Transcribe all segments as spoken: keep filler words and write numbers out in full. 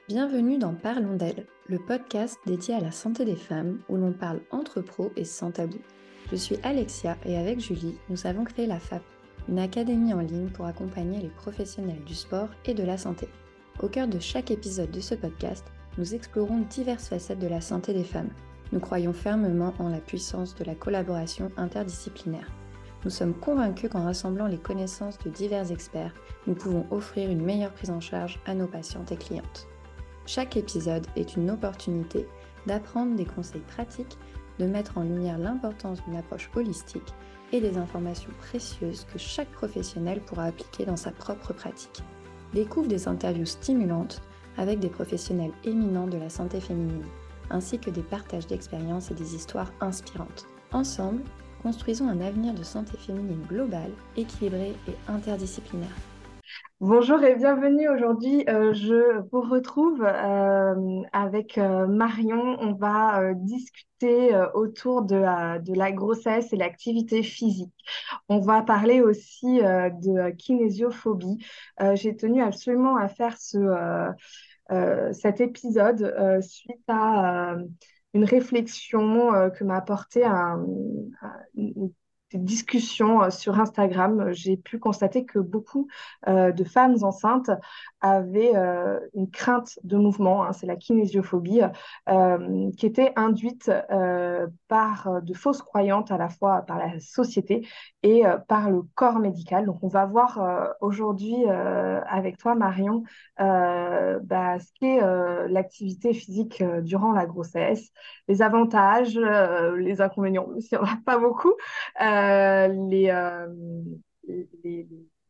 Bienvenue dans Parlons d'elle, le podcast dédié à la santé des femmes où l'on parle entre pros et sans tabou. Je suis Alexia et avec Julie, nous avons créé la F A P, une académie en ligne pour accompagner les professionnels du sport et de la santé. Au cœur de chaque épisode de ce podcast, nous explorons diverses facettes de la santé des femmes. Nous croyons fermement en la puissance de la collaboration interdisciplinaire. Nous sommes convaincus qu'en rassemblant les connaissances de divers experts, nous pouvons offrir une meilleure prise en charge à nos patientes et clientes. Chaque épisode est une opportunité d'apprendre des conseils pratiques, de mettre en lumière l'importance d'une approche holistique et des informations précieuses que chaque professionnel pourra appliquer dans sa propre pratique. Découvre des interviews stimulantes avec des professionnels éminents de la santé féminine, ainsi que des partages d'expériences et des histoires inspirantes. Ensemble, construisons un avenir de santé féminine global, équilibré et interdisciplinaire. Bonjour et bienvenue. Aujourd'hui, euh, je vous retrouve euh, avec euh, Marion. On va euh, discuter euh, autour de, euh, de la grossesse et l'activité physique. On va parler aussi euh, de kinésiophobie. Euh, j'ai tenu absolument à faire ce, euh, euh, cet épisode euh, suite à euh, une réflexion euh, que m'a apportée un, un- une des discussions euh, sur Instagram. J'ai pu constater que beaucoup euh, de femmes enceintes avaient euh, une crainte de mouvement, hein, c'est la kinésiophobie, euh, qui était induite euh, par euh, de fausses croyances à la fois par la société et euh, par le corps médical. Donc on va voir euh, aujourd'hui euh, avec toi, Marion, euh, bah, ce qu'est euh, l'activité physique euh, durant la grossesse, les avantages, euh, les inconvénients, s'il n'y en a pas beaucoup, euh, les, euh, les, les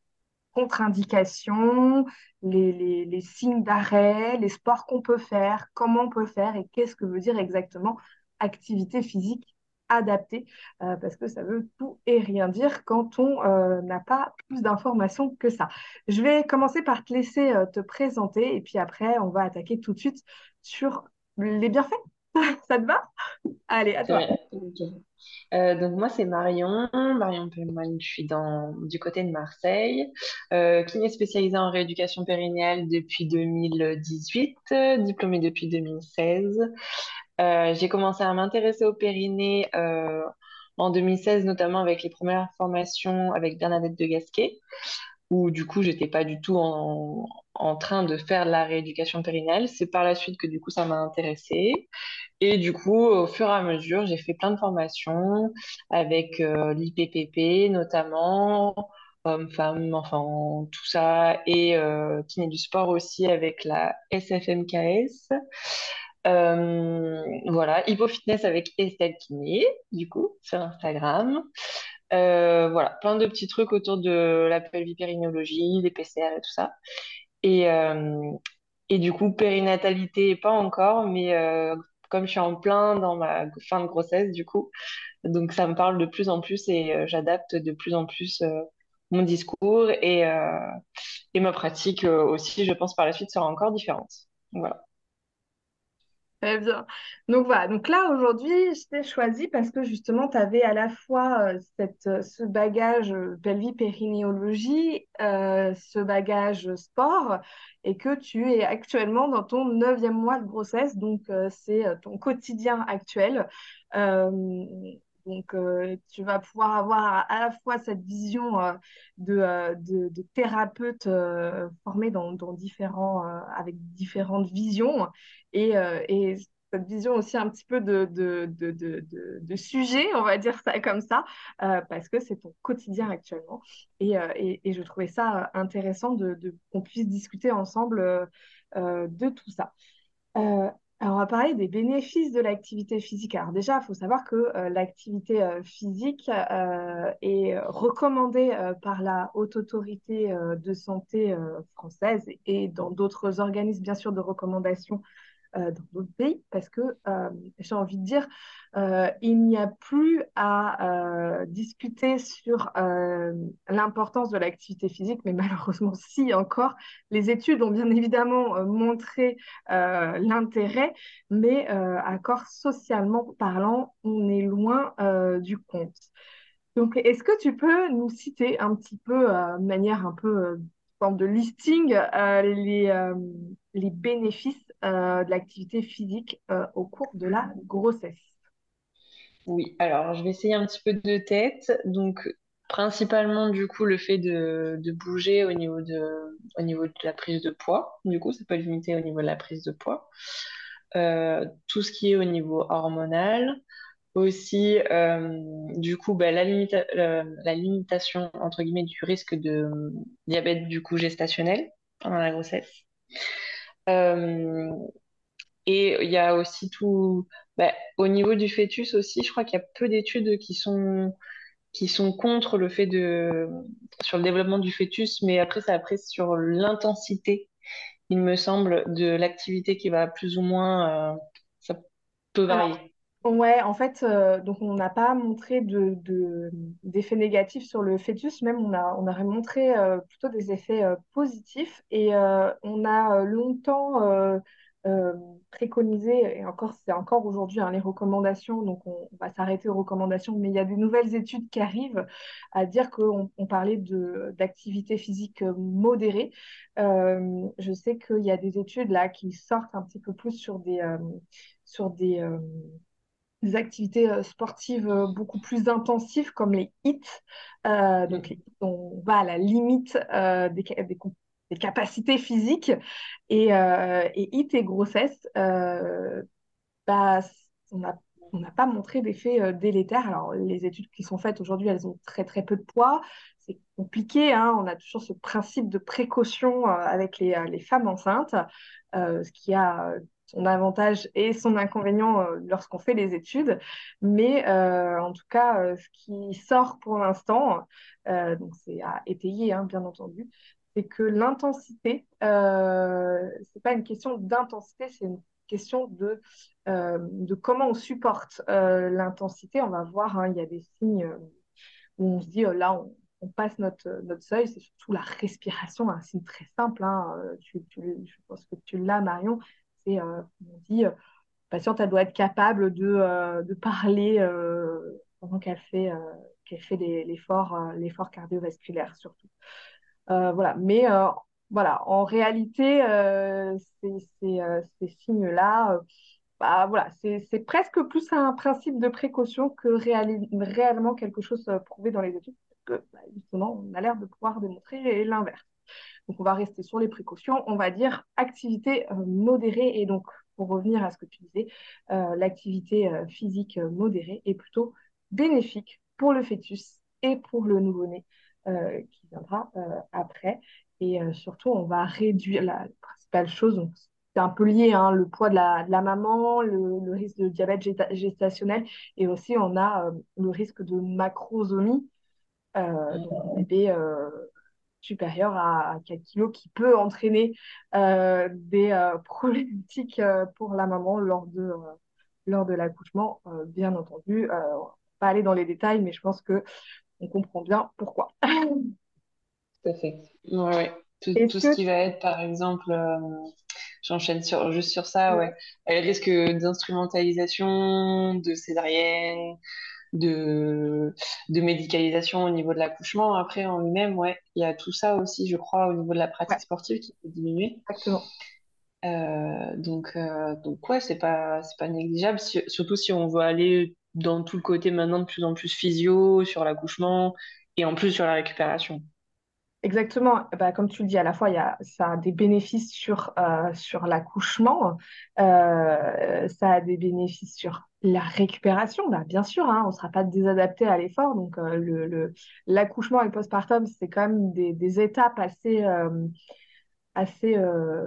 contre-indications, les, les, les signes d'arrêt, les sports qu'on peut faire, comment on peut faire et qu'est-ce que veut dire exactement activité physique adaptée, euh, parce que ça veut tout et rien dire quand on euh, n'a pas plus d'informations que ça. Je vais commencer par te laisser euh, te présenter et puis après, on va attaquer tout de suite sur les bienfaits. Ça te va? Allez, à Très toi. bien. Ok. Euh, donc moi c'est Marion, Marion Pellemane, je suis dans, du côté de Marseille, euh, kiné spécialisée en rééducation périnéale depuis deux mille dix-huit, euh, diplômée depuis deux mille seize. Euh, j'ai commencé à m'intéresser au périnée euh, en deux mille seize, notamment avec les premières formations avec Bernadette de Gasquet, où du coup j'étais pas du tout en, en train de faire de la rééducation périnéale. C'est par la suite que du coup ça m'a intéressée. Et du coup, au fur et à mesure, j'ai fait plein de formations avec euh, l'I P P P notamment, hommes, femmes, enfants, tout ça, et euh, kiné du sport aussi avec la S F M K S. Euh, voilà, Hippo Fitness avec Estelle Kiné, du coup, sur Instagram. Euh, voilà, plein de petits trucs autour de la pelvipérinéologie, les P C R et tout ça. Et, euh, et du coup, périnatalité, pas encore, mais euh, comme je suis en plein dans ma fin de grossesse, du coup, donc ça me parle de plus en plus et euh, j'adapte de plus en plus euh, mon discours et, euh, et ma pratique euh, aussi, je pense, par la suite sera encore différente. Voilà. Très bien. Donc voilà, donc là aujourd'hui, je t'ai choisi parce que justement, tu avais à la fois euh, cette, euh, ce bagage euh, pelvipérinéologie, euh, ce bagage sport, et que tu es actuellement dans ton neuvième mois de grossesse, donc euh, c'est euh, ton quotidien actuel. Euh, donc euh, tu vas pouvoir avoir à la fois cette vision euh, de, euh, de, de thérapeute euh, formé dans, dans différents, euh, avec différentes visions et, euh, et cette vision aussi un petit peu de, de, de, de, de, de sujet, on va dire ça comme ça, euh, parce que c'est ton quotidien actuellement. Et, euh, et, et je trouvais ça euh, intéressant de, de, qu'on puisse discuter ensemble euh, euh, de tout ça. Euh, alors, on va parler des bénéfices de l'activité physique. Alors déjà, il faut savoir que euh, l'activité euh, physique euh, est recommandée euh, par la Haute Autorité euh, de santé euh, française et dans d'autres organismes, bien sûr, de recommandation euh, dans d'autres pays parce que euh, j'ai envie de dire, euh, il n'y a plus à euh, discuter sur euh, l'importance de l'activité physique, mais malheureusement, si encore, les études ont bien évidemment euh, montré euh, l'intérêt, mais euh, encore socialement parlant, on est loin euh, du compte. Donc, est-ce que tu peux nous citer un petit peu, euh, de manière un peu euh, forme de listing, euh, les, euh, les bénéfices euh, de l'activité physique euh, au cours de la grossesse? Oui, alors je vais essayer un petit peu de tête. Donc, principalement, du coup, le fait de, de bouger au niveau de, au niveau de la prise de poids. Du coup, ça peut limiter au niveau de la prise de poids. Euh, tout ce qui est au niveau hormonal. Aussi, euh, du coup, bah, la limita- la, la limitation, entre guillemets, du risque de diabète, du coup, gestationnel pendant la grossesse. Euh, et il y a aussi tout, bah, au niveau du fœtus aussi, je crois qu'il y a peu d'études qui sont, qui sont contre le fait de, sur le développement du fœtus, mais après, ça après sur l'intensité, il me semble, de l'activité qui va plus ou moins, euh, ça peut varier. Alors, ouais, en fait, euh, donc on n'a pas montré de, de- d'effets négatifs sur le fœtus, même on a, on a montré euh, plutôt des effets euh, positifs et euh, on a euh, longtemps euh, euh, préconisé, et encore, c'est encore aujourd'hui hein, les recommandations, donc on, on va s'arrêter aux recommandations, mais il y a des nouvelles études qui arrivent à dire qu'on on parlait de, d'activité physique modérée. Euh, je sais qu'il y a des études là qui sortent un petit peu plus sur des... euh, sur des, euh, des activités euh, sportives euh, beaucoup plus intensives comme les hits. Euh, donc, les Mm. hits, on va à la limite euh, des, ca- des, com- des capacités physiques. Et, euh, et hits et grossesse, euh, bah, on n'a on n'a pas montré d'effet euh, délétère. Alors, les études qui sont faites aujourd'hui, elles ont très, très peu de poids. C'est compliqué, hein. On a toujours ce principe de précaution euh, avec les, euh, les femmes enceintes, euh, ce qui a euh, son avantage et son inconvénient euh, lorsqu'on fait les études. Mais euh, en tout cas, euh, ce qui sort pour l'instant, euh, donc c'est à étayer, hein, bien entendu, c'est que l'intensité, euh, c'est pas une question d'intensité, c'est une question de euh, de comment on supporte euh, l'intensité. On va voir, hein, il y a des signes euh, où on se dit, euh, là, on, on passe notre, notre seuil. C'est surtout la respiration, un signe très simple. Hein, euh, tu, tu- je pense que tu l'as, Marion. C'est, euh, on dit, euh, la patiente, elle doit être capable de, euh, de parler euh, pendant qu'elle fait, euh, qu'elle fait les- l'effort, euh, l'effort cardiovasculaire, surtout. Euh, voilà. Mais euh, voilà, en réalité, euh, ces, ces, euh, ces signes-là, euh, bah, voilà, c'est, c'est presque plus un principe de précaution que réali- réellement quelque chose euh, prouvé dans les études, parce que bah, justement, on a l'air de pouvoir démontrer l'inverse. Donc, on va rester sur les précautions, on va dire activité euh, modérée. Et donc, pour revenir à ce que tu disais, euh, l'activité euh, physique euh, modérée est plutôt bénéfique pour le fœtus et pour le nouveau-né euh, qui viendra euh, après. Et euh, surtout, on va réduire la, la principale chose. Donc, c'est un peu lié, hein, le poids de la, de la maman, le, le risque de diabète gesta- gestationnel, et aussi on a euh, le risque de macrosomie, euh, donc un bébé euh, supérieur à, à quatre kilos qui peut entraîner euh, des euh, problématiques euh, pour la maman lors de, euh, lors de l'accouchement, euh, bien entendu. Euh, on va pas aller dans les détails, mais je pense que on comprend bien pourquoi. Tout à fait. Ouais, ouais. Tout, Est-ce tout ce que... qui va être, par exemple, euh, j'enchaîne sur, juste sur ça, ouais. Ouais. Euh, Le risque d'instrumentalisation, de césarienne, de, de médicalisation au niveau de l'accouchement. Après, en lui-même, ouais, il y a tout ça aussi, je crois, au niveau de la Ouais, pratique sportive qui peut diminuer. exactement. Euh, donc, euh, donc ouais, c'est pas, c'est pas négligeable, si- surtout si on veut aller dans tout le côté maintenant de plus en plus physio, sur l'accouchement et en plus sur la récupération. Exactement. Bah, comme tu le dis, à la fois, il y a, ça a des bénéfices sur, euh, sur l'accouchement, euh, ça a des bénéfices sur la récupération. Bah, bien sûr, hein, on ne sera pas désadapté à l'effort. Donc, euh, le, le- l'accouchement et le postpartum, c'est quand même des, des étapes assez, euh, assez euh,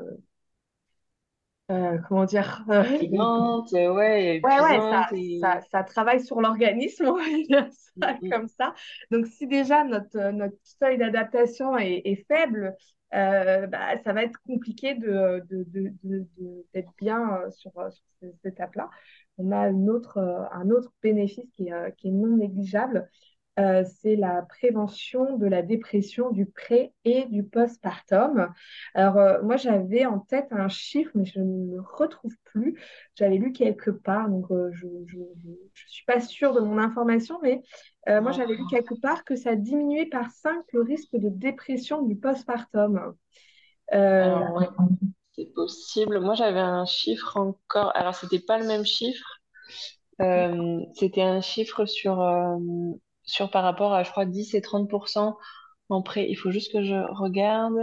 euh, comment dire, euh, Fatigante, euh, ouais, ouais, ouais, ça, épuisante ça, et... ça travaille sur l'organisme, on va dire ça Mm, mm. comme ça. Donc, si déjà notre, euh, notre seuil d'adaptation est, est faible, euh, bah, ça va être compliqué de, de, de, de- de- d'être bien euh, sur, euh, sur ces, cette étape-là. On a une autre, euh, un autre bénéfice qui est, euh, qui est non négligeable, euh, c'est la prévention de la dépression du pré et du postpartum. Alors, euh, moi, j'avais en tête un chiffre, mais je ne le retrouve plus. J'avais lu quelque part, donc euh, je ne suis pas sûre de mon information, mais euh, moi, j'avais lu quelque part que ça diminuait par cinq le risque de dépression du postpartum. Euh, Alors, ouais. c'est possible. Moi, j'avais un chiffre encore. Alors, c'était pas le même chiffre. Euh, c'était un chiffre sur, euh, sur par rapport à, je crois, dix et trente pour cent en pré. Il faut juste que je regarde.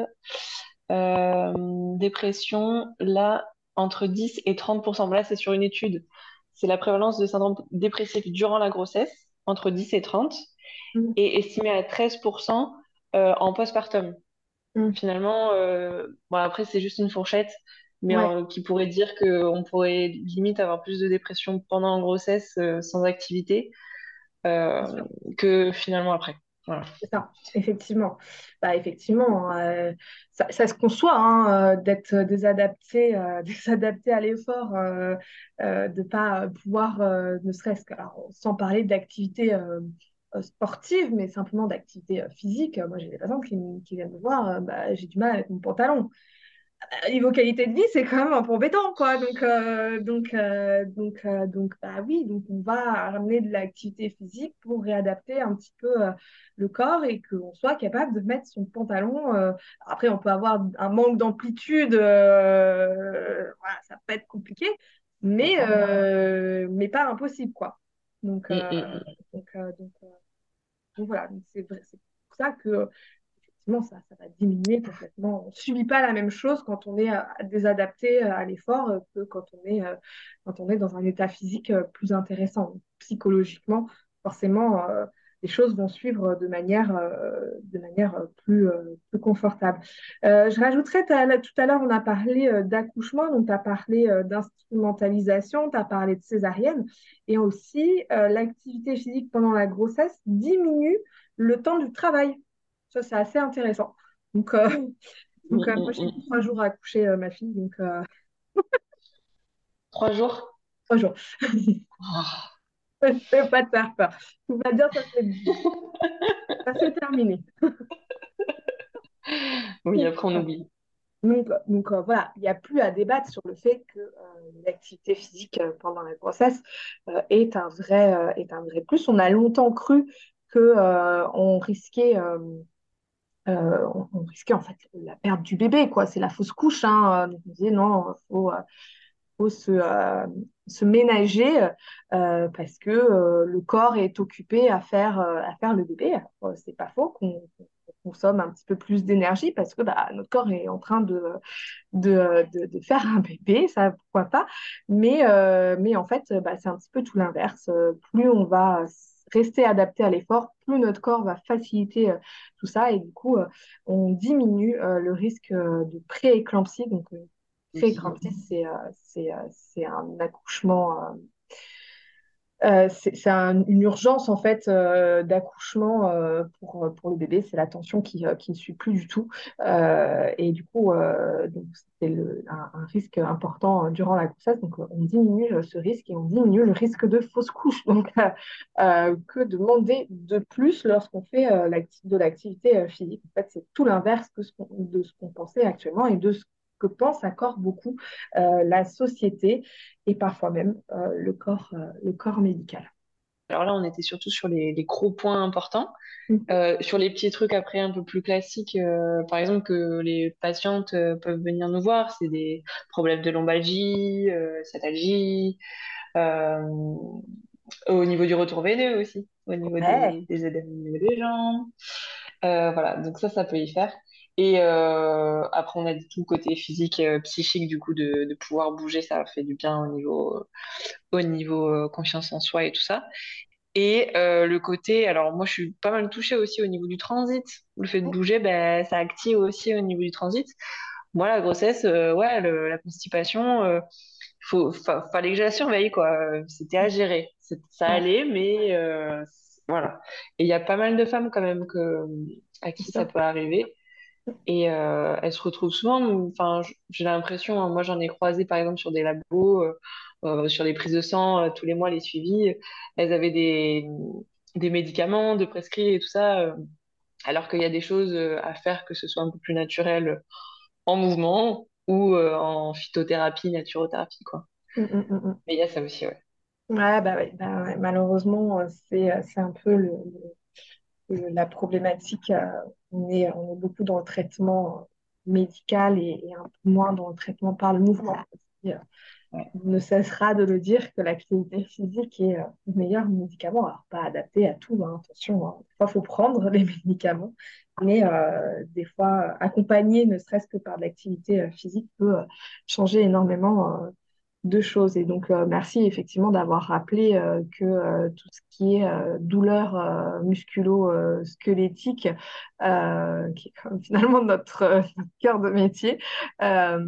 Euh, dépression, là, entre dix et trente pour cent. Là, c'est sur une étude. C'est la prévalence de syndrome dépressif durant la grossesse, entre dix et trente, Mm. et estimée à treize pour cent euh, en postpartum. Mm. Finalement, euh, bon, après, c'est juste une fourchette, mais Ouais, euh, qui pourrait dire qu'on pourrait limite avoir plus de dépression pendant la grossesse euh, sans activité bien euh, sûr. que finalement après. Voilà. C'est ça, effectivement. Bah, effectivement, euh, ça, ça se conçoit hein, euh, d'être désadapté, euh, désadapté à l'effort, euh, euh, de ne pas pouvoir, euh, ne serait-ce que, alors, sans parler d'activité euh, euh, sportive, mais simplement d'activité euh, physique. Moi, j'ai des patients qui, qui viennent me voir, euh, bah, j'ai du mal avec mon pantalon. Niveau qualité de vie, c'est quand même un peu embêtant, quoi. Donc, euh, donc, euh, donc, euh, donc, bah oui, donc on va ramener de l'activité physique pour réadapter un petit peu euh, le corps et qu'on soit capable de mettre son pantalon. euh, Après, on peut avoir un manque d'amplitude, euh, voilà, ça peut être compliqué, mais, euh, mais pas impossible, quoi. Donc, Mm, euh, mm, mm. donc, euh, donc, euh, donc voilà, donc c'est vrai, c'est pour ça que effectivement, ça, ça va diminuer complètement. On ne subit pas la même chose quand on est euh, désadapté euh, à l'effort euh, que quand on est, euh, quand on est dans un état physique euh, plus intéressant. Donc, psychologiquement, forcément, euh, les choses vont suivre de manière, euh, de manière euh, plus, euh, plus confortable. Euh, je rajouterais, t'as- là, tout à l'heure, on a parlé euh, d'accouchement, donc tu as parlé euh, d'instrumentalisation, tu as parlé de césarienne, et aussi euh, l'activité physique pendant la grossesse diminue le temps du travail. Ça, c'est assez intéressant. Donc, euh, Mm, donc euh, moi, mm, j'ai mis mm. trois jours à accoucher euh, ma fille, donc euh, Trois jours? trois jours. Ah. Je ne vais pas te faire peur. Tout va bien, ça s'est ça s'est terminé. Oui, après on oublie. Donc, donc euh, voilà, il n'y a plus à débattre sur le fait que euh, l'activité physique euh, pendant la grossesse euh, est un vrai, euh, est un vrai plus. On a longtemps cru que euh, on risquait, euh, euh, on, on risquait en fait la perte du bébé, quoi. C'est la fausse couche, hein. Donc on disait non, il faut, euh, faut se, euh, se ménager euh, parce que euh, le corps est occupé à faire, euh, à faire le bébé. Euh, c'est pas faux qu'on qu'on consomme un petit peu plus d'énergie parce que bah, notre corps est en train de, de, de, de faire un bébé, ça pourquoi pas. Mais, euh, mais en fait, bah, c'est un petit peu tout l'inverse. Euh, Plus on va rester adapté à l'effort, plus notre corps va faciliter euh, tout ça et du coup, euh, on diminue euh, le risque euh, de pré-éclampsie. Donc, euh, pré-éclampsie, c'est euh, c'est, euh, c'est un accouchement euh, euh, c'est c'est un- une urgence en fait euh, d'accouchement euh, pour, pour le bébé. C'est la tension qui, euh, qui ne suit plus du tout. Euh, et du coup, euh, donc, c'est le- un, un risque important euh, durant la grossesse. Donc, euh, on diminue euh, ce risque et on diminue le risque de fausse couche. Donc, euh, euh, que demander de plus lorsqu'on fait euh, l'acti- de l'activité euh, physique? En fait, c'est tout l'inverse que ce qu'on- de ce qu'on pensait actuellement et de ce que pense encore beaucoup euh, la société et parfois même euh, le corps, euh, le corps médical. Alors là, on était surtout sur les, les gros points importants. Mhm. Euh, sur les petits trucs après un peu plus classiques, euh, par exemple que les patientes euh, peuvent venir nous voir, c'est des problèmes de lombalgie, euh, sciatalgie, euh, au niveau du retour veineux aussi, au niveau Ouais. des, des œdèmes au niveau des jambes. Euh, voilà, donc ça, ça peut y faire. Et euh, après, on a dit tout le côté physique, euh, psychique, du coup, de, de pouvoir bouger, ça fait du bien au niveau, au niveau euh, confiance en soi et tout ça. Et euh, le côté, alors moi je suis pas mal touchée aussi au niveau du transit. Le fait de bouger, ben, ça active aussi au niveau du transit. Moi, la grossesse, euh, ouais, le- la constipation, euh, faut, fa- fallait que je la surveille, quoi. C'était à gérer. C'est- Ça Ouais, allait, mais euh, voilà. Et il y a pas mal de femmes quand même que, à c'est qui ça ça. peut arriver. Et euh, elles se retrouvent souvent, enfin, j- j'ai l'impression, hein, moi j'en ai croisé par exemple sur des labos, euh, euh, sur les prises de sang, euh, tous les mois, les suivis, elles avaient des, des médicaments de prescrits et tout ça, euh, alors qu'il y a des choses euh, à faire, que ce soit un peu plus naturel en mouvement ou euh, en phytothérapie, naturothérapie, quoi. Mm, mm, mm, mm. Mais il y a ça aussi, ouais. Ouais, bah, ouais, bah, ouais, malheureusement, euh, c'est, euh, c'est un peu le, le- le- la problématique. euh, on est, on est beaucoup dans le traitement. médical et, et un peu moins dans le traitement par le mouvement. Aussi, euh, Ouais. on ne cessera de le dire que l'activité physique est euh, le meilleur médicament. Alors, pas adapté à tout, hein, attention, hein. Des fois, il faut prendre les médicaments, mais euh, des fois, accompagné, ne serait-ce que par de l'activité euh, physique, peut euh, changer énormément euh, de choses. Et donc, euh, merci effectivement d'avoir rappelé euh, que euh, tout ce qui est euh, douleur euh, musculo-squelettique, euh, qui est quand même finalement notre, euh, notre cœur de métier, euh,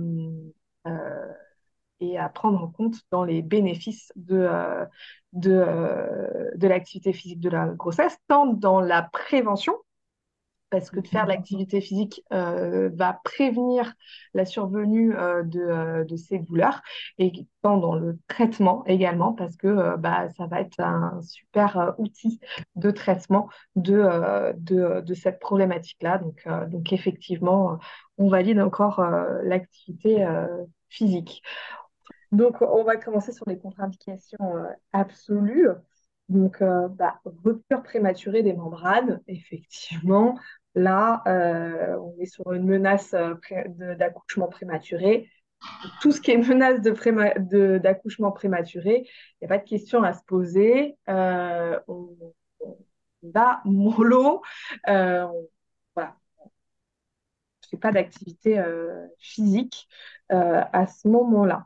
euh, et à prendre en compte dans les bénéfices de, euh, de, euh, de l'activité physique de la grossesse, tant dans la prévention, parce que de faire de l'activité physique euh, va prévenir la survenue euh, de, euh, de ces douleurs, et tant dans le traitement également, parce que euh, bah, ça va être un super euh, outil de traitement de, euh, de, de cette problématique-là. Donc, euh, donc effectivement, on valide encore euh, l'activité euh, physique. Donc, on va commencer sur les contre-indications euh, absolues. Donc, euh, bah, rupture prématurée des membranes, effectivement. Là, euh, on est sur une menace euh, pré- de- d'accouchement prématuré. Tout ce qui est menace de préma- de- d'accouchement prématuré, il n'y a pas de question à se poser. Euh, on, on va mollo. Euh, on- voilà, on ne fait pas d'activité euh, physique euh, à ce moment-là.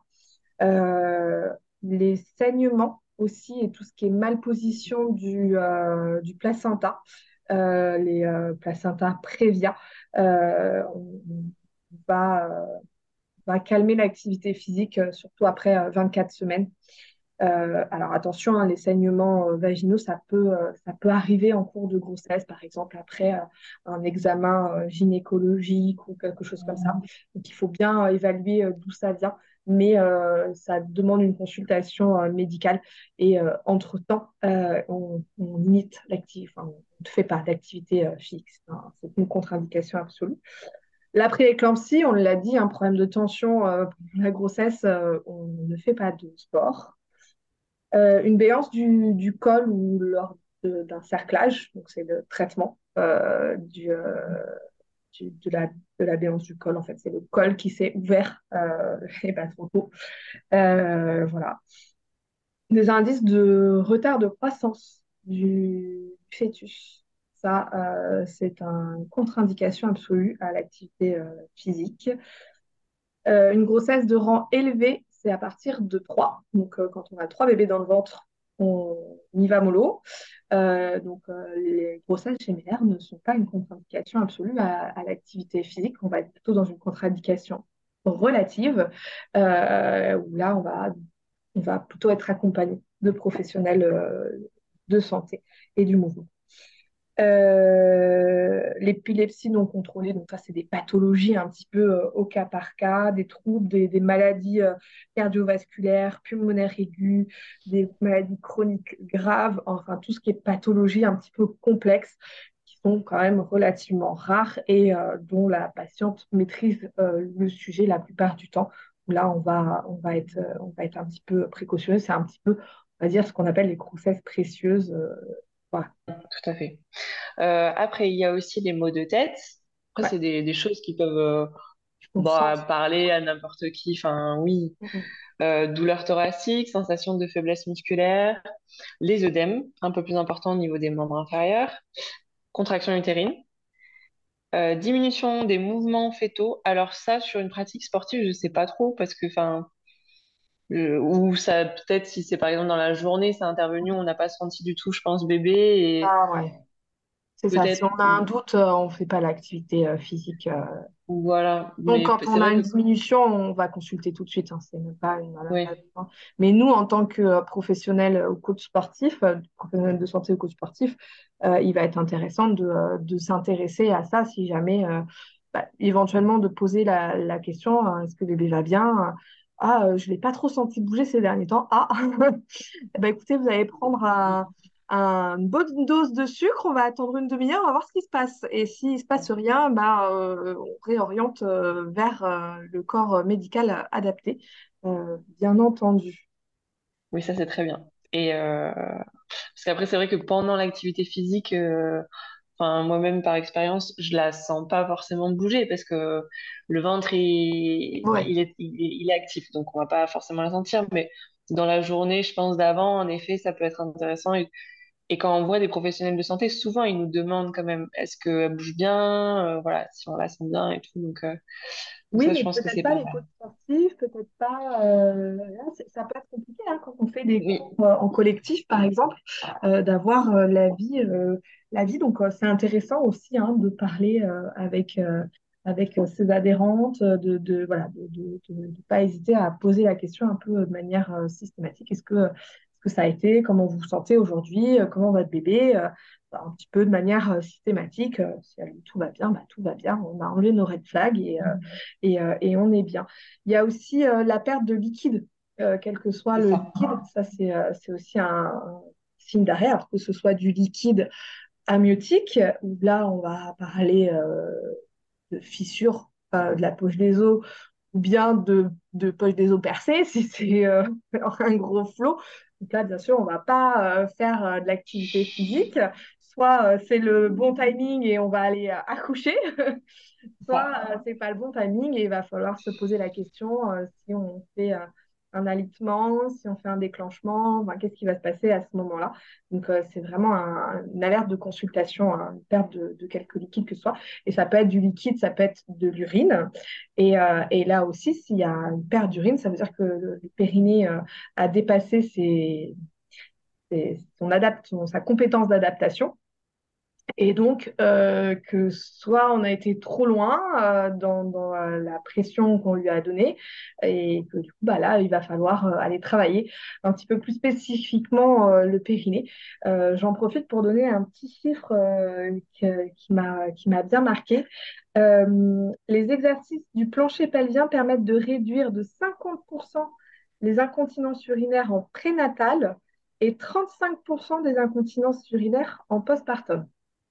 Euh, les saignements aussi et tout ce qui est malposition du, euh, du placenta, euh, les euh, placentas prévia, euh, on, on va, euh, va calmer l'activité physique, euh, surtout après euh, vingt-quatre semaines. Euh, alors attention, hein, les saignements euh, vaginaux, ça peut, euh, ça peut arriver en cours de grossesse, par exemple après euh, un examen euh, gynécologique ou quelque chose comme ça. Donc il faut bien euh, évaluer euh, d'où ça vient, mais euh, ça demande une consultation euh, médicale. Et euh, entre-temps, euh, on, on limite l'activité, enfin, on ne fait pas d'activité euh, fixe. Hein. C'est une contre-indication absolue. L'après-éclampsie, on l'a dit, un problème de tension euh, pendant la grossesse, euh, on ne fait pas de sport. Euh, une béance du, du col ou lors de- d'un cerclage, donc c'est le traitement euh, du, euh, du- de la, de la béance du col. En fait, c'est le col qui s'est ouvert euh, et pas trop tôt. Euh, voilà. Des indices de retard de croissance du fœtus. Ça, euh, c'est une contre-indication absolue à l'activité euh, physique. Euh, une grossesse de rang élevé, c'est à partir de trois. Donc, euh, quand on a trois bébés dans le ventre, on y va mollo. Euh, donc, euh, les grossesses gémellaires ne sont pas une contre-indication absolue à, à l'activité physique. On va être plutôt dans une contre-indication relative, euh, où là, on va, on va plutôt être accompagné de professionnels euh, de santé et du mouvement. Euh, l'épilepsie non contrôlée, donc ça, c'est des pathologies un petit peu euh, au cas par cas, des troubles, des, des maladies euh, cardiovasculaires, pulmonaires aiguës, des maladies chroniques graves, enfin tout ce qui est pathologie un petit peu complexe, qui sont quand même relativement rares et euh, dont la patiente maîtrise euh, le sujet la plupart du temps. Là, on va, on va être, euh, on va être un petit peu précautionneux, c'est un petit peu, on va dire, ce qu'on appelle les grossesses précieuses. euh, voilà. Tout à fait. Euh, après, il y a aussi les maux de tête. Après, Ouais, c'est des, des choses qui peuvent euh, on bah, sent. parler à n'importe qui. Enfin, oui. Mhm. Euh, douleur thoracique, sensation de faiblesse musculaire, les œdèmes, un peu plus important au niveau des membres inférieurs, contraction utérine, euh, diminution des mouvements fœtaux. Alors ça, sur une pratique sportive, je sais pas trop parce que, enfin, euh, ou ça, peut-être si c'est par exemple dans la journée, c'est intervenu, on n'a pas senti du tout, je pense, bébé et Ah ouais, c'est ça. Si on peut-être, a un doute, euh, on ne fait pas l'activité euh, physique. euh. voilà. Donc, Mais quand c'est on a vrai que, une diminution, on va consulter tout de suite. Hein. C'est même pas une maladie. oui, Hein. Mais nous, en tant que euh, professionnels euh, ou coach sportif, euh, professionnel de santé ou coach sportif, euh, il va être intéressant de, euh, de s'intéresser à ça si jamais, euh, bah, éventuellement, de poser la, la question, euh, est-ce que le bébé va bien? Ah, euh, je ne l'ai pas trop senti bouger ces derniers temps. Ah, eh ben, écoutez, vous allez prendre un, un- une bonne dose de sucre, on va attendre une demi-heure, on va voir ce qui se passe. Et s'il ne se passe rien, bah, euh, on réoriente euh, vers euh, le corps médical adapté, euh, bien entendu. oui, ça c'est très bien. Et euh, parce qu'après, c'est vrai que pendant l'activité physique, euh, enfin, moi-même par expérience, je la sens pas forcément bouger parce que le ventre, il, enfin, Ouais. il est, il est, il est actif, donc on va pas forcément la sentir. Mais dans la journée, je pense d'avant, en effet, ça peut être intéressant. Et, et quand on voit des professionnels de santé, souvent ils nous demandent quand même, est-ce qu'elle bouge bien, euh, voilà, si on la sent bien et tout. Donc, euh, donc Oui, ça, je mais pense que peut-être c'est pas pas les mal. coachs sportifs, peut-être pas. Euh, là, c'est- ça peut être compliqué hein, quand on fait des Oui, cours euh, en collectif, par exemple, euh, d'avoir euh, la vie, euh, la vie. Donc, euh, c'est intéressant aussi hein, de parler euh, avec, euh, avec euh, ses adhérentes, euh, de, de, voilà, de, de, de- de pas hésiter à poser la question un peu de manière euh, systématique. Est-ce que, est-ce que ça a été? Comment vous vous sentez aujourd'hui? Euh, Comment va votre bébé? Euh, un petit peu de manière euh, systématique. Euh, si elle- tout va bien, bah, tout va bien. On a enlevé nos red flags et, euh, et, euh, et on est bien. Il y a aussi euh, la perte de liquide, euh, quel que soit c'est le ça. liquide. Ça, c'est euh, c'est aussi un, un signe d'arrêt, alors que ce soit du liquide amniotique, où là, on va parler euh, de fissure euh, de la poche des os ou bien de, de poche des os percées, si c'est euh, un gros flot. Donc là, bien sûr, on ne va pas euh, faire euh, de l'activité physique. Soit euh, c'est le bon timing et on va aller euh, accoucher, C'est soit ça. euh, c'est pas le bon timing et il va falloir se poser la question euh, si on fait euh, un alitement, si on fait un déclenchement, enfin, qu'est-ce qui va se passer à ce moment-là. Donc euh, c'est vraiment un- une alerte de consultation, hein, une perte de, de quelque liquide que ce soit. Et ça peut être du liquide, ça peut être de l'urine. Et, euh, et là aussi, s'il y a une perte d'urine, ça veut dire que le, le périnée euh, a dépassé ses, ses- son adapt, son- sa compétence d'adaptation. Et donc, euh, que soit on a été trop loin euh, dans, dans, euh, la pression qu'on lui a donnée, et que du coup, bah là, il va falloir euh, aller travailler un petit peu plus spécifiquement euh, le périnée. Euh, j'en profite pour donner un petit chiffre euh, que- qui m'a, qui m'a bien marqué. Euh, les exercices du plancher pelvien permettent de réduire de cinquante pour cent les incontinences urinaires en prénatal et trente-cinq pour cent des incontinences urinaires en postpartum.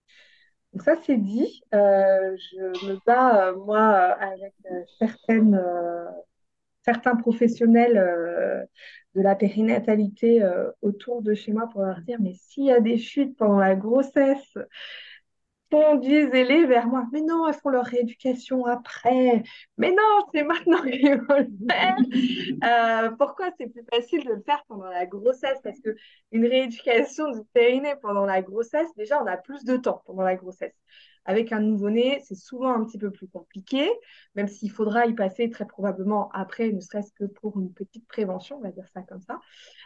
Donc ça, c'est dit. Euh, je me bats, euh, moi, euh, avec euh, certaines, euh, certains professionnels euh, de la périnatalité euh, autour de chez moi pour leur dire, mais s'il y a des chutes pendant la grossesse, conduisez-les vers moi. Mais non, elles font leur rééducation après. Mais non, c'est maintenant qu'il faut le faire. Euh, pourquoi c'est plus facile de le faire pendant la grossesse? Parce que une rééducation du périnée pendant la grossesse, déjà, on a plus de temps pendant la grossesse. Avec un nouveau-né, c'est souvent un petit peu plus compliqué, même s'il faudra y passer très probablement après, ne serait-ce que pour une petite prévention, on va dire ça comme ça.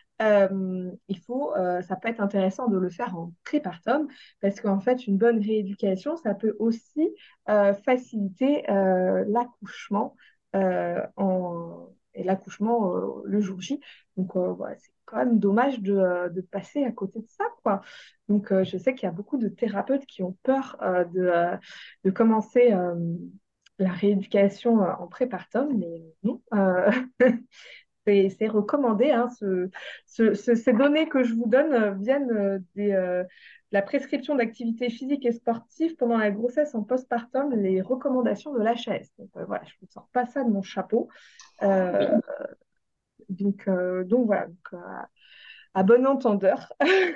Euh, il faut, euh, ça peut être intéressant de le faire en prépartum parce qu'en fait, une bonne rééducation, ça peut aussi euh, faciliter euh, l'accouchement euh, en- et l'accouchement euh, le jour J. Donc, euh, voilà, c'est quand même dommage de, euh, de passer à côté de ça, quoi. Donc, euh, je sais qu'il y a beaucoup de thérapeutes qui ont peur euh, de, euh, de commencer euh, la rééducation euh, en prépartum, mais non. Euh, c'est c'est recommandé. Hein, ce- ce- ce- ces données que je vous donne euh, viennent euh, des, euh, de la prescription d'activité physique et sportive pendant la grossesse en postpartum, les recommandations de l'H A S. Donc euh, voilà, je ne sors pas ça de mon chapeau. Euh, Oui. donc, euh, donc voilà, donc, euh, à bon entendeur.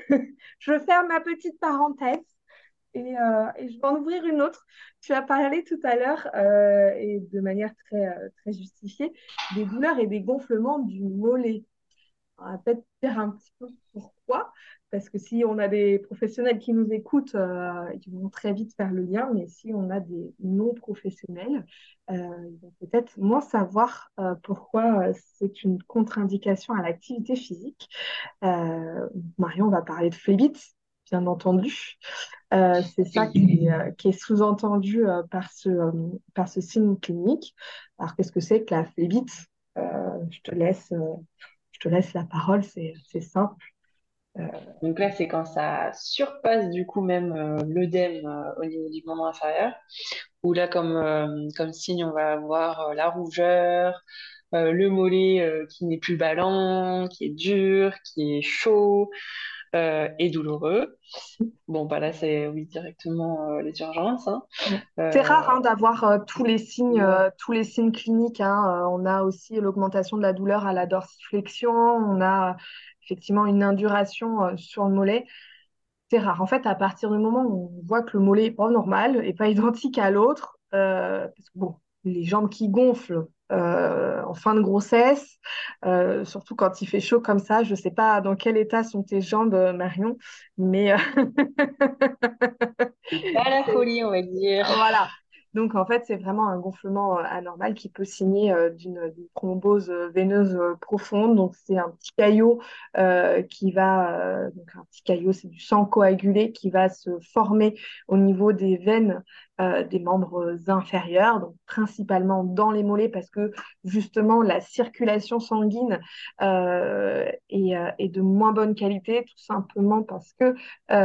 Je ferme ma petite parenthèse. Et, euh, et je vais en ouvrir une autre. Tu as parlé tout à l'heure, euh, et de manière très, euh, très justifiée, des douleurs et des gonflements du mollet. On va peut-être dire un petit peu pourquoi, parce que si on a des professionnels qui nous écoutent, euh, ils vont très vite faire le lien, mais si on a des non-professionnels, euh, ils vont peut-être moins savoir euh, pourquoi euh, c'est une contre-indication à l'activité physique. Euh, Marion va parler de phlébite, bien entendu. Euh, c'est ça Oui. qui est, euh, qui est sous-entendu euh, par ce, euh, par ce signe clinique. Alors, qu'est-ce que c'est que la phlébite? Euh, je te laisse, euh, je te laisse la parole, c'est, c'est simple. Euh, Donc là, c'est quand ça surpasse du coup même euh, l'œdème euh, au niveau du membre inférieur. Où là, comme, euh, comme signe, on va avoir euh, la rougeur, euh, le mollet euh, qui n'est plus ballant, qui est dur, qui est chaud euh, et douloureux. Bon, bah là, c'est oui, directement euh, les urgences. Hein. c'est Euh, rare hein, d'avoir euh, tous les signes, ouais, euh, tous les signes cliniques. Hein. Euh, on a aussi l'augmentation de la douleur à la dorsiflexion. On a euh, effectivement une induration euh, sur le mollet. c'est rare. En fait, à partir du moment où on voit que le mollet n'est pas normal et pas identique à l'autre, euh, parce que bon, les jambes qui gonflent euh, en fin de grossesse, euh, surtout quand il fait chaud comme ça, je ne sais pas dans quel état sont tes jambes, euh, Marion, mais euh, C'est pas la c'est- folie, on va dire. voilà. Donc, en fait, c'est vraiment un gonflement euh, anormal qui peut signer euh, d'une d'une thrombose euh, veineuse euh, profonde. Donc, c'est un petit caillot euh, qui va, euh, donc un petit caillot, c'est du sang coagulé qui va se former au niveau des veines euh, des membres inférieurs, donc principalement dans les mollets, parce que justement, la circulation sanguine euh, est, euh, est de moins bonne qualité, tout simplement parce que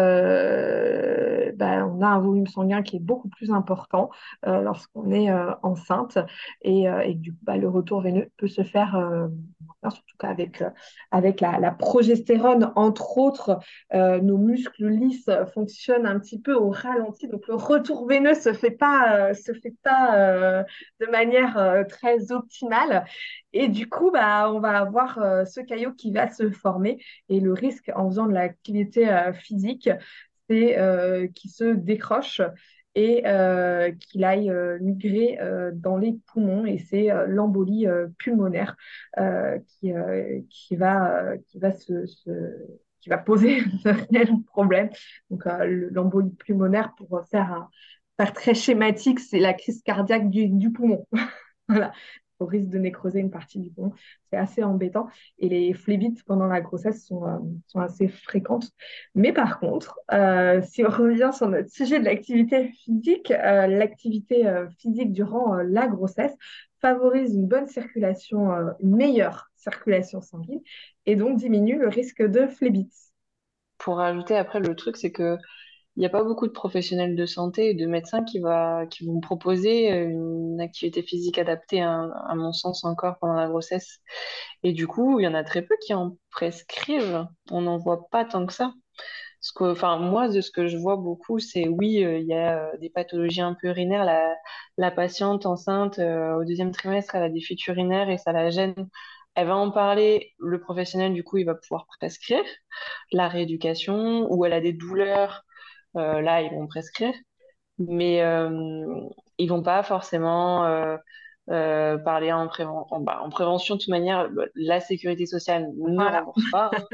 euh, ben, on a un volume sanguin qui est beaucoup plus important euh, lorsqu'on est euh, enceinte et, euh, et du coup bah, le retour veineux peut se faire euh, surtout qu'avec euh, avec la, la progestérone entre autres euh, nos muscles lisses fonctionnent un petit peu au ralenti donc le retour veineux se fait pas euh, se fait pas euh, de manière euh, très optimale et du coup bah on va avoir euh, ce caillot qui va se former et le risque en faisant de l'activité euh, physique c'est euh, qu'il se décroche et euh, qu'il aille euh, migrer euh, dans les poumons. Et c'est euh, l'embolie euh, pulmonaire euh, qui, euh, qui va, euh, qui va se, se- qui va poser de réels problèmes. Donc, euh, le- l'embolie pulmonaire, pour faire, un- faire très schématique, c'est la crise cardiaque du, du poumon. Voilà, au risque de nécroser une partie du poumon. C'est assez embêtant. Et les phlébites pendant la grossesse sont, euh, sont assez fréquentes. Mais par contre, euh, si on revient sur notre sujet de l'activité physique, euh, l'activité euh, physique durant euh, la grossesse favorise une bonne circulation, euh, une meilleure circulation sanguine et donc diminue le risque de phlébite. Pour ajouter après, le truc, c'est que il n'y a pas beaucoup de professionnels de santé et de médecins qui, va, qui vont proposer euh, une activité physique adaptée, à, à mon sens, encore pendant la grossesse. Et du coup, il y en a très peu qui en prescrivent. On n'en voit pas tant que ça. Parce que, enfin, moi, de ce que je vois beaucoup, c'est oui, euh, il y a euh, des pathologies un peu urinaires. La, la patiente enceinte, euh, au deuxième trimestre, elle a des fuites urinaires et ça la gêne. Elle va en parler, le professionnel, du coup, il va pouvoir prescrire la rééducation, ou elle a des douleurs, euh, là, ils vont prescrire. Mais euh, ils vont pas forcément euh, euh, parler en, préven- en, bah, en prévention. De toute manière, la sécurité sociale ne Voilà. rembourse pas, hein.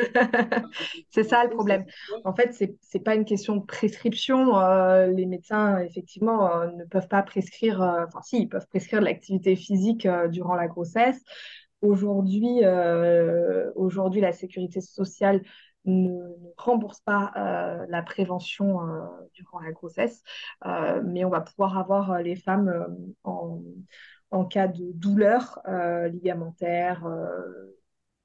C'est ça le Ça, problème. c'est sûr. En fait, c'est c'est pas une question de prescription. Euh, les médecins, effectivement, euh, ne peuvent pas prescrire, euh, enfin si, ils peuvent prescrire de l'activité physique euh, durant la grossesse. Aujourd'hui, euh, aujourd'hui, la sécurité sociale ne, ne rembourse pas euh, la prévention euh, durant la grossesse, Euh, mais on va pouvoir avoir euh, les femmes euh, en, en cas de douleur euh, ligamentaire, euh,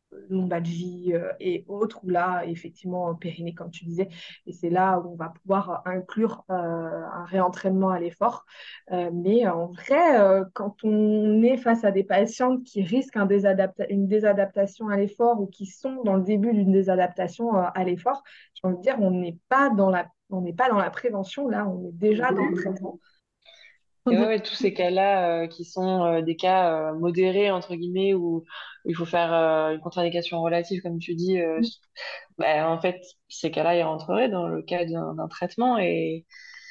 lombalgie euh, et autres, où là, effectivement, périnée, comme tu disais, et c'est là où on va pouvoir inclure euh, un réentraînement à l'effort. Euh, mais en vrai, euh, quand on est face à des patientes qui risquent un désadapta- une désadaptation à l'effort ou qui sont dans le début d'une désadaptation euh, à l'effort, j'ai envie de dire, on n'est pas dans la, on n'est pas dans la prévention, là, on est déjà dans le traitement. Et ouais, ouais, tous ces cas-là, euh, qui sont euh, des cas euh, modérés, entre guillemets, où il faut faire euh, une contre-indication relative, comme tu dis, euh, bah, en fait, ces cas-là, ils rentreraient dans le cas d'un d'un traitement. Et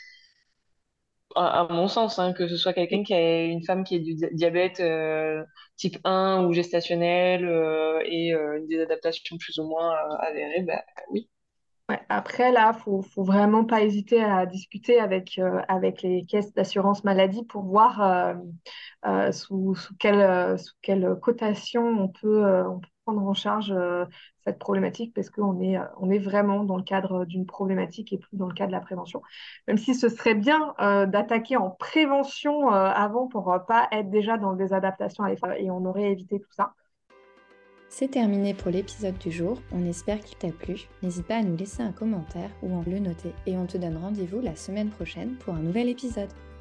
à, à mon sens, hein, que ce soit quelqu'un qui a une femme qui a du di- diabète euh, type un ou gestationnel euh, et euh, une désadaptation plus ou moins euh, avérée, bah oui. Ouais, après, là, il faut, faut vraiment pas hésiter à discuter avec, euh, avec les caisses d'assurance maladie pour voir euh, euh, sous, sous quelle, euh, sous quelle cotation on peut, euh, on peut prendre en charge euh, cette problématique parce qu'on est, euh, on est vraiment dans le cadre d'une problématique et plus dans le cadre de la prévention. Même si ce serait bien euh, d'attaquer en prévention euh, avant pour euh, pas être déjà dans des adaptations à l'effort et on aurait évité tout ça. C'est terminé pour l'épisode du jour, on espère qu'il t'a plu. N'hésite pas à nous laisser un commentaire ou à le noter et on te donne rendez-vous la semaine prochaine pour un nouvel épisode.